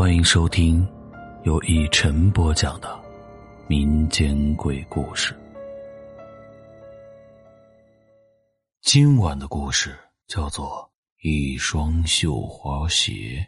欢迎收听由以晨播讲的民间鬼故事。今晚的故事叫做一双绣花鞋。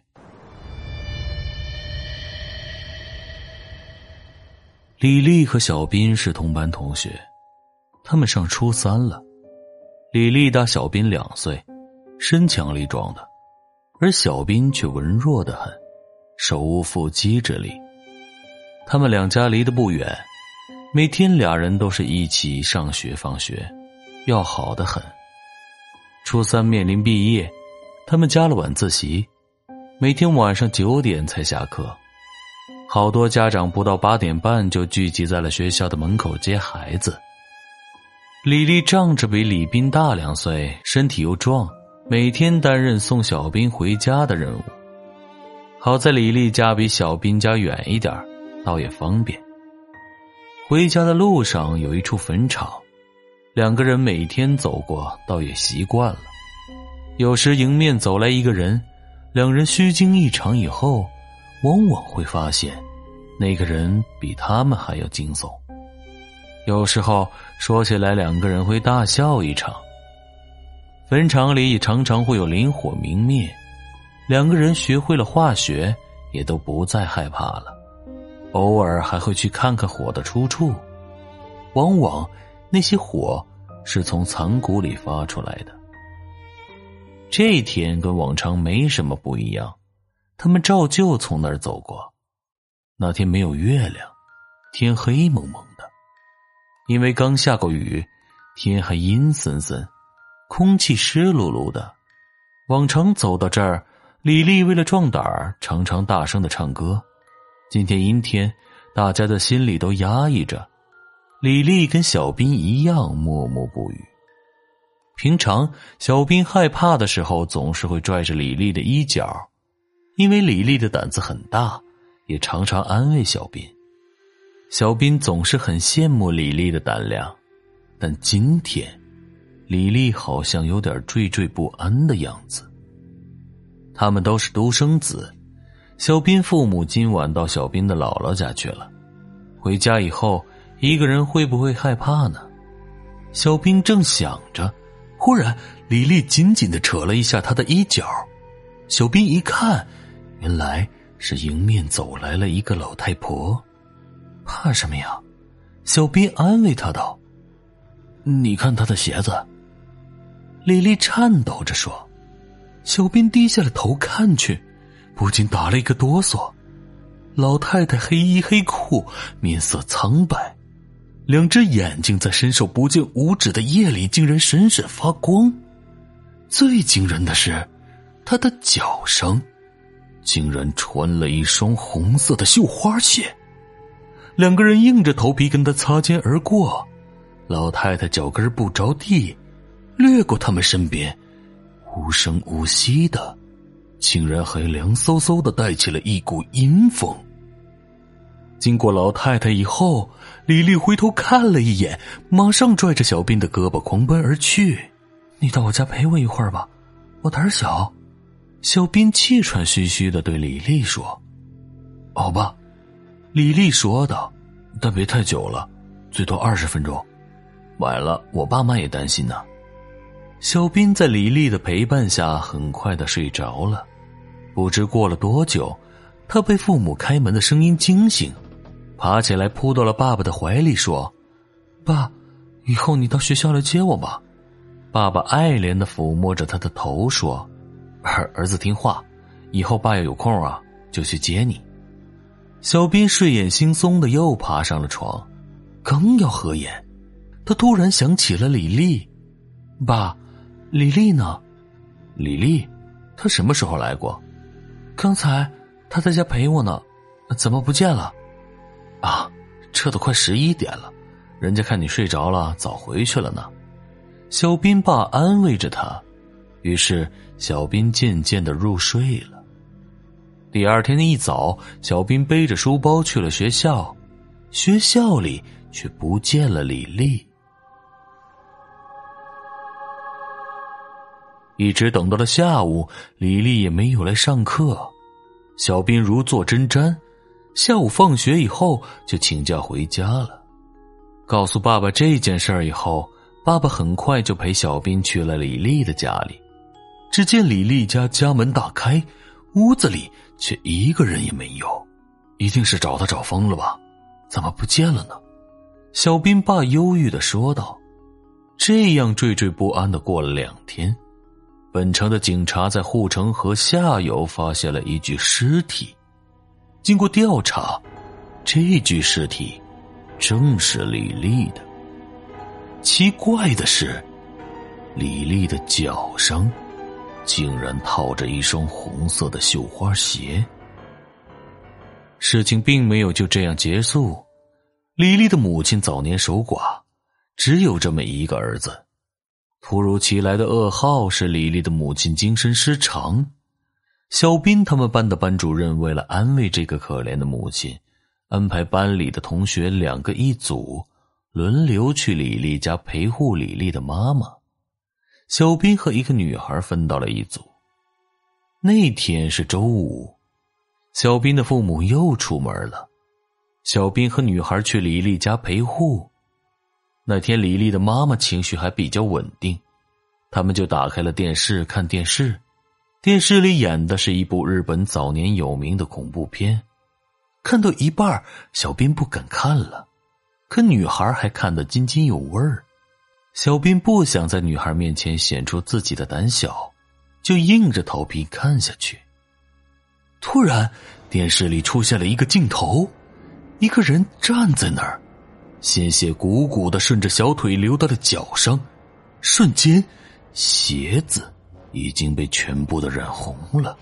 李丽和小斌是同班同学，他们上初三了。李丽大小斌2岁，身强力壮的，而小斌却文弱得很，手无缚鸡之力。他们两家离得不远，每天俩人都是一起上学放学，要好得很。初三面临毕业，他们加了晚自习，每天晚上9点才下课。好多家长不到8点半就聚集在了学校的门口接孩子。李丽仗着比李斌大2岁，身体又壮，每天担任送小斌回家的任务。好在李丽家比小斌家远一点，倒也方便。回家的路上有一处坟场，两个人每天走过，倒也习惯了。有时迎面走来一个人，两人虚惊一场以后，往往会发现那个人比他们还要惊悚。有时候说起来两个人会大笑一场。坟场里也常常会有磷火明灭，两个人学会了化学，也都不再害怕了。偶尔还会去看看火的出处，往往那些火是从残骨里发出来的。这一天跟往常没什么不一样，他们照旧从那儿走过。那天没有月亮，天黑蒙蒙的，因为刚下过雨，天还阴森森，空气湿漉漉的。往常走到这儿，李丽为了壮胆儿，常常大声地唱歌。今天阴天，大家的心里都压抑着。李丽跟小斌一样默默不语。平常小斌害怕的时候，总是会拽着李丽的衣角，因为李丽的胆子很大，也常常安慰小斌。小斌总是很羡慕李丽的胆量，但今天李丽好像有点惴惴不安的样子。他们都是独生子，小斌父母今晚到小斌的姥姥家去了。回家以后，一个人会不会害怕呢？小斌正想着，忽然李丽紧紧地扯了一下他的衣角。小斌一看，原来是迎面走来了一个老太婆。怕什么呀？小斌安慰她道。你看她的鞋子。李丽颤抖着说。小斌低下了头看去，不禁打了一个哆嗦。老太太黑衣黑裤，面色苍白，两只眼睛在伸手不见五指的夜里竟然闪闪发光。最惊人的是，她的脚上竟然穿了一双红色的绣花鞋。两个人硬着头皮跟她擦肩而过，老太太脚跟不着地，掠过他们身边，无声无息的，竟然还凉飕飕的带起了一股阴风。经过老太太以后，李丽回头看了一眼，马上拽着小斌的胳膊狂奔而去。你到我家陪我一会儿吧，我胆小。小斌气喘吁吁地对李丽说。好吧，李丽说道，但别太久了，最多20分钟，晚了我爸妈也担心呢。小斌在李丽的陪伴下很快地睡着了。不知过了多久，他被父母开门的声音惊醒，爬起来扑到了爸爸的怀里说，爸，以后你到学校来接我吧。爸爸爱怜地抚摸着他的头说，儿子听话，以后爸要有空啊就去接你。小斌睡眼惺忪的又爬上了床，刚要合眼，他突然想起了李丽。爸，李丽呢？李丽？她什么时候来过？刚才她在家陪我呢，怎么不见了？啊，这都快11点了，人家看你睡着了，早回去了呢。小斌爸安慰着他，于是小斌渐渐地入睡了。第二天一早，小斌背着书包去了学校，学校里却不见了李丽。一直等到了下午，李丽也没有来上课。 小斌如坐针毡，下午放学以后就请假回家了。告诉爸爸这件事儿以后，爸爸很快就陪小斌去了李丽的家里。只见李丽家家门大开，屋子里却一个人也没有，一定是找他找疯了吧？怎么不见了呢？小斌爸忧郁地说道。这样惴惴不安地过了2天，本城的警察在护城河下游发现了一具尸体。经过调查，这具尸体正是李丽的。奇怪的是，李丽的脚上竟然套着一双红色的绣花鞋。事情并没有就这样结束。李丽的母亲早年守寡，只有这么一个儿子。突如其来的噩耗使李丽的母亲精神失常。小斌他们班的班主任为了安慰这个可怜的母亲，安排班里的同学2个一组，轮流去李丽家陪护李丽的妈妈。小斌和一个女孩分到了一组。那天是周五，小斌的父母又出门了。小斌和女孩去李丽家陪护。那天李丽的妈妈情绪还比较稳定，他们就打开了电视看电视。电视里演的是一部日本早年有名的恐怖片。看到一半，小斌不敢看了，可女孩还看得津津有味儿。小斌不想在女孩面前显出自己的胆小，就硬着头皮看下去。突然，电视里出现了一个镜头，一个人站在那儿，鲜血汩汩地顺着小腿流到了脚上，瞬间鞋子已经被全部的染红了。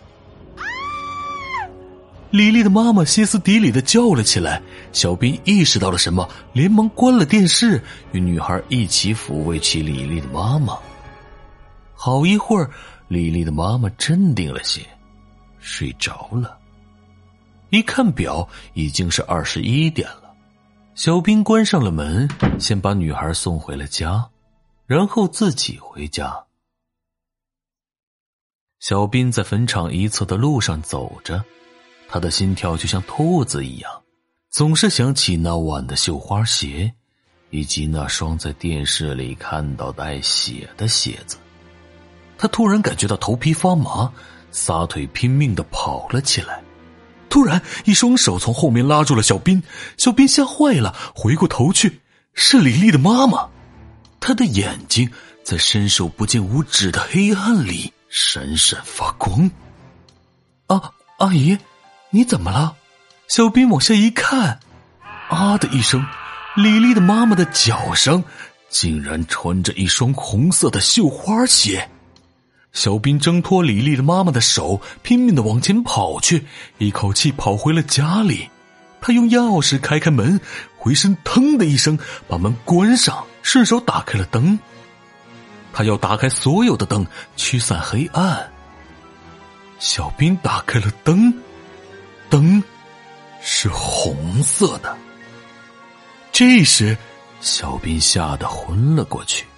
李丽的妈妈歇斯底里地叫了起来，小斌意识到了什么，连忙关了电视，与女孩一起抚慰起李丽的妈妈。好一会儿，李丽的妈妈镇定了些，睡着了。一看表，已经是21点了。小斌关上了门，先把女孩送回了家，然后自己回家。小斌在坟场一侧的路上走着，他的心跳就像兔子一样，总是想起那晚的绣花鞋，以及那双在电视里看到带血的鞋子。他突然感觉到头皮发麻，撒腿拼命地跑了起来。突然，一双手从后面拉住了小斌，小斌吓坏了，回过头去，是李丽的妈妈。她的眼睛在伸手不见五指的黑暗里闪闪发光。阿姨，你怎么了？小斌往下一看，啊的一声，李丽的妈妈的脚上竟然穿着一双红色的绣花鞋。小斌挣脱李丽的妈妈的手，拼命地往前跑去，一口气跑回了家里。他用钥匙开开门，回身腾的一声把门关上，顺手打开了灯。他要打开所有的灯，驱散黑暗。小斌打开了灯，灯是红色的。这时，小斌吓得昏了过去。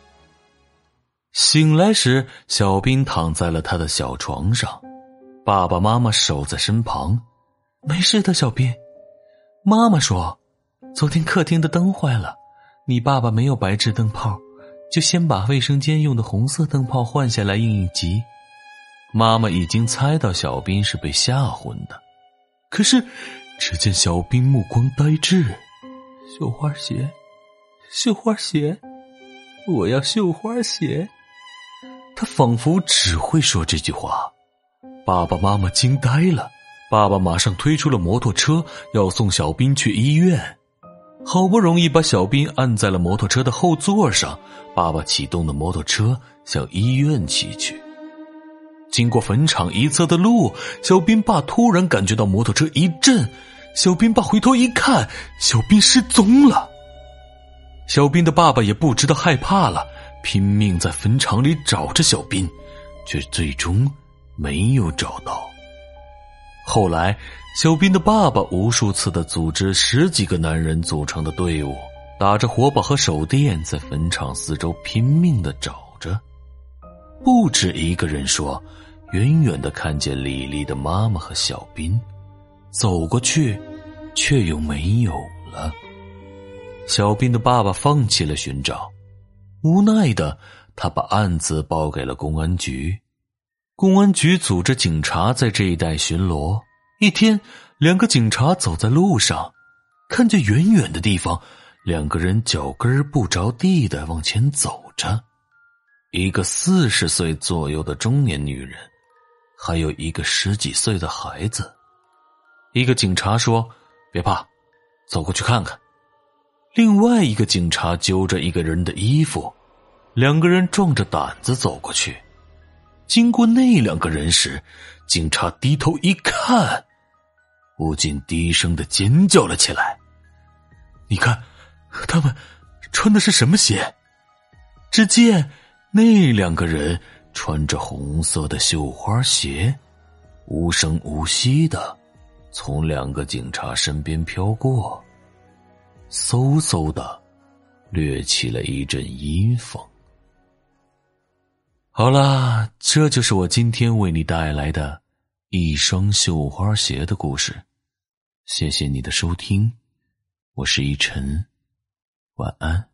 醒来时，小斌躺在了他的小床上，爸爸妈妈守在身旁。没事的，小斌。妈妈说，昨天客厅的灯坏了，你爸爸没有白炽灯泡，就先把卫生间用的红色灯泡换下来应急。妈妈已经猜到小斌是被吓昏的，可是只见小斌目光呆滞。绣花鞋，绣花鞋，我要绣花鞋。他仿佛只会说这句话。爸爸妈妈惊呆了，爸爸马上推出了摩托车，要送小斌去医院。好不容易把小斌按在了摩托车的后座上，爸爸启动的摩托车向医院骑去。经过坟场一侧的路，小斌爸突然感觉到摩托车一震，小斌爸回头一看，小斌失踪了。小斌的爸爸也不知道害怕了，拼命在坟场里找着小斌，却最终没有找到。后来，小斌的爸爸无数次地组织10几个男人组成的队伍，打着火把和手电，在坟场四周拼命地找着。不止一个人说， 远远地看见李丽的妈妈和小斌，走过去却又没有了。小斌的爸爸放弃了寻找，无奈的他把案子报给了公安局。公安局组织警察在这一带巡逻。一天，两个警察走在路上，看见远远的地方，两个人脚跟不着地的往前走着，一个40岁左右的中年女人，还有一个10几岁的孩子。一个警察说：“别怕，走过去看看。”另外一个警察揪着一个人的衣服，两个人壮着胆子走过去。经过那两个人时，警察低头一看，不禁低声的尖叫了起来：“你看，他们穿的是什么鞋？”只见那两个人穿着红色的绣花鞋，无声无息的从两个警察身边飘过，嗖嗖的掠起了一阵阴风。好啦，这就是我今天为你带来的一双绣花鞋的故事。谢谢你的收听，我是一晨，晚安。